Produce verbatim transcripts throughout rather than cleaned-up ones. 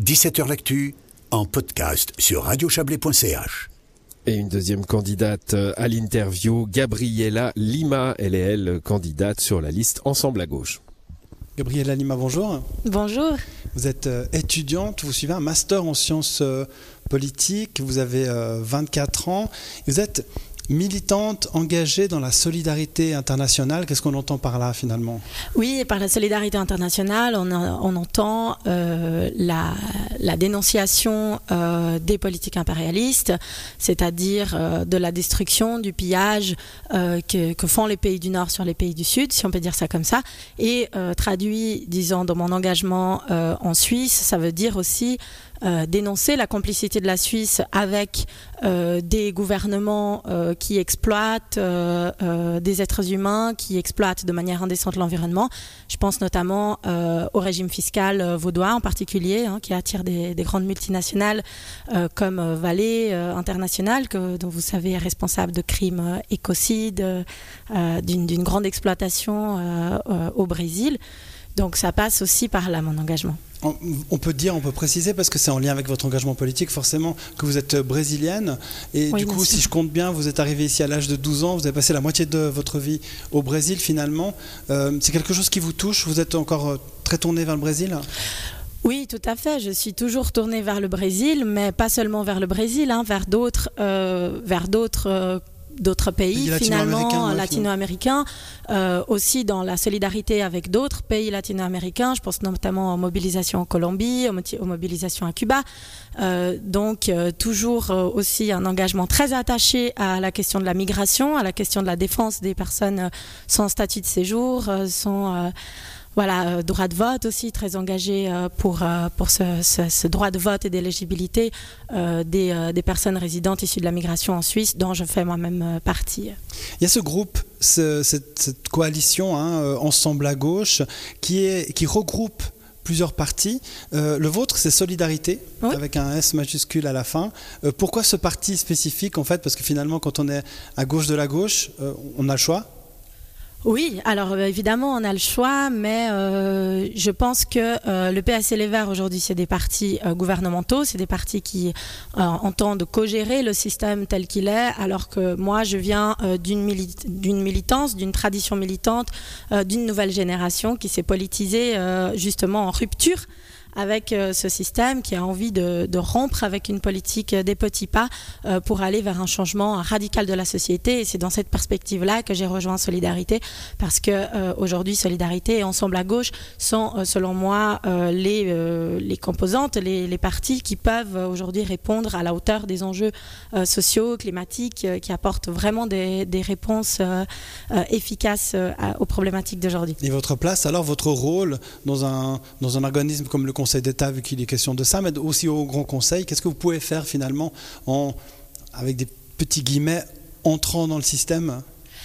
dix-sept heures l'actu, en podcast sur radio chablais point c h. Et une deuxième candidate à l'interview, Gabriela Lima. Elle est, elle, candidate sur la liste Ensemble à gauche. Gabriela Lima, bonjour. Bonjour. Vous êtes euh, étudiante, vous suivez un master en sciences euh, politiques, vous avez euh, vingt-quatre ans. Vous êtes militante, engagée dans la solidarité internationale. Qu'est-ce qu'on entend par là finalement ? Oui, par la solidarité internationale, on, on entend euh, la, la dénonciation euh, des politiques impérialistes, c'est-à-dire euh, de la destruction, du pillage euh, que, que font les pays du Nord sur les pays du Sud, si on peut dire ça comme ça. Et euh, traduit, disons, dans mon engagement euh, en Suisse, ça veut dire aussi Euh, dénoncer la complicité de la Suisse avec euh, des gouvernements euh, qui exploitent euh, euh, des êtres humains, qui exploitent de manière indécente l'environnement. Je pense notamment euh, au régime fiscal euh, vaudois en particulier, hein, qui attire des, des grandes multinationales euh, comme euh, Vale euh, International, que, dont vous savez est responsable de crimes euh, écocides, euh, d'une, d'une grande exploitation euh, euh, au Brésil. Donc ça passe aussi par là, mon engagement. On, on peut dire, on peut préciser, parce que c'est en lien avec votre engagement politique, forcément, que vous êtes brésilienne. Et oui, du coup, si je compte bien, vous êtes arrivée ici à l'âge de douze ans, vous avez passé la moitié de votre vie au Brésil, finalement. Euh, c'est quelque chose qui vous touche ? Vous êtes encore très tournée vers le Brésil ? Oui, tout à fait. Je suis toujours tournée vers le Brésil, mais pas seulement vers le Brésil, hein, vers d'autres, euh, vers d'autres euh, d'autres pays, pays finalement ouais, latino-américains, euh, aussi dans la solidarité avec d'autres pays latino-américains. Je pense notamment aux mobilisations en Colombie, aux, aux mobilisations à Cuba. Euh, donc euh, toujours euh, aussi un engagement très attaché à la question de la migration, à la question de la défense des personnes sans statut de séjour, euh, sans euh, Voilà, euh, droit de vote aussi, très engagé euh, pour, euh, pour ce, ce, ce droit de vote et d'éligibilité euh, des, euh, des personnes résidentes issues de la migration en Suisse, dont je fais moi-même euh, partie. Il y a ce groupe, ce, cette, cette coalition, hein, Ensemble à gauche, qui, est, qui regroupe plusieurs partis. Euh, le vôtre, c'est Solidarité, oui, avec un S majuscule à la fin. Euh, pourquoi ce parti spécifique, en fait ? Parce que finalement, quand on est à gauche de la gauche, euh, on a le choix ? Oui, alors euh, évidemment on a le choix, mais euh, je pense que euh, le P S et les Verts aujourd'hui c'est des partis euh, gouvernementaux, c'est des partis qui euh, entendent co-gérer le système tel qu'il est, alors que moi je viens euh, d'une, mili- d'une militance, d'une tradition militante, euh, d'une nouvelle génération qui s'est politisée euh, justement en rupture avec euh, ce système, qui a envie de, de rompre avec une politique des petits pas euh, pour aller vers un changement radical de la société. Et c'est dans cette perspective-là que j'ai rejoint Solidarité, parce que euh, aujourd'hui Solidarité et Ensemble à gauche sont, euh, selon moi, euh, les, euh, les composantes, les, les partis qui peuvent aujourd'hui répondre à la hauteur des enjeux euh, sociaux, climatiques, euh, qui apportent vraiment des, des réponses euh, euh, efficaces euh, à, aux problématiques d'aujourd'hui. Et votre place, alors votre rôle dans un, dans un organisme comme le Conseil d'État, vu qu'il est question de ça, mais aussi au Grand Conseil, qu'est-ce que vous pouvez faire finalement en, avec des petits guillemets, entrant dans le système ?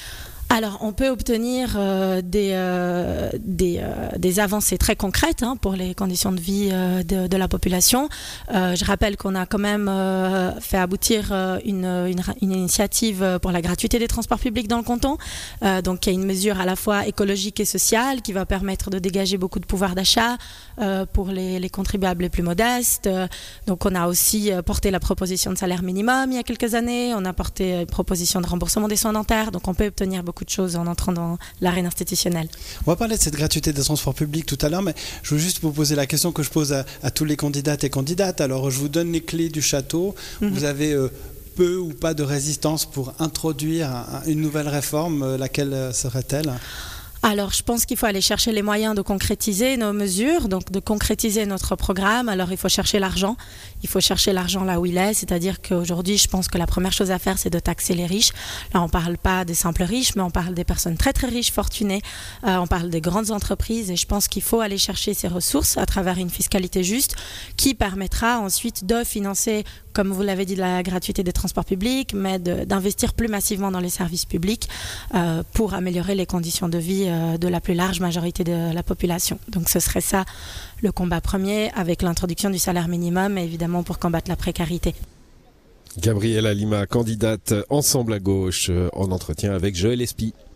Alors, on peut obtenir euh, des, euh, des, euh, des avancées très concrètes hein, pour les conditions de vie euh, de, de la population. Euh, je rappelle qu'on a quand même euh, fait aboutir euh, une, une, une initiative pour la gratuité des transports publics dans le canton. Euh, donc, il y a une mesure à la fois écologique et sociale qui va permettre de dégager beaucoup de pouvoir d'achat euh, pour les, les contribuables les plus modestes. Euh, donc, on a aussi euh, porté la proposition de salaire minimum il y a quelques années. On a porté une proposition de remboursement des soins dentaires. Donc, on peut obtenir beaucoup de choses en entrant dans l'arène institutionnelle. On va parler de cette gratuité des transports publics tout à l'heure, mais je veux juste vous poser la question que je pose à, à tous les candidates et candidates. Alors, je vous donne les clés du château. Mm-hmm. Vous avez euh, peu ou pas de résistance pour introduire un, une nouvelle réforme. Euh, laquelle serait-elle ? Alors, je pense qu'il faut aller chercher les moyens de concrétiser nos mesures, donc de concrétiser notre programme. Alors, il faut chercher l'argent. Il faut chercher l'argent là où il est. C'est-à-dire qu'aujourd'hui, je pense que la première chose à faire, c'est de taxer les riches. Là, on ne parle pas des simples riches, mais on parle des personnes très, très riches, fortunées. Euh, on parle des grandes entreprises. Et je pense qu'il faut aller chercher ces ressources à travers une fiscalité juste qui permettra ensuite de financer, comme vous l'avez dit, de la gratuité des transports publics, mais de, d'investir plus massivement dans les services publics euh, pour améliorer les conditions de vie euh, de la plus large majorité de la population. Donc ce serait ça le combat premier, avec l'introduction du salaire minimum et évidemment pour combattre la précarité. Gabriela Lima, candidate Ensemble à gauche, en entretien avec Joël Espy.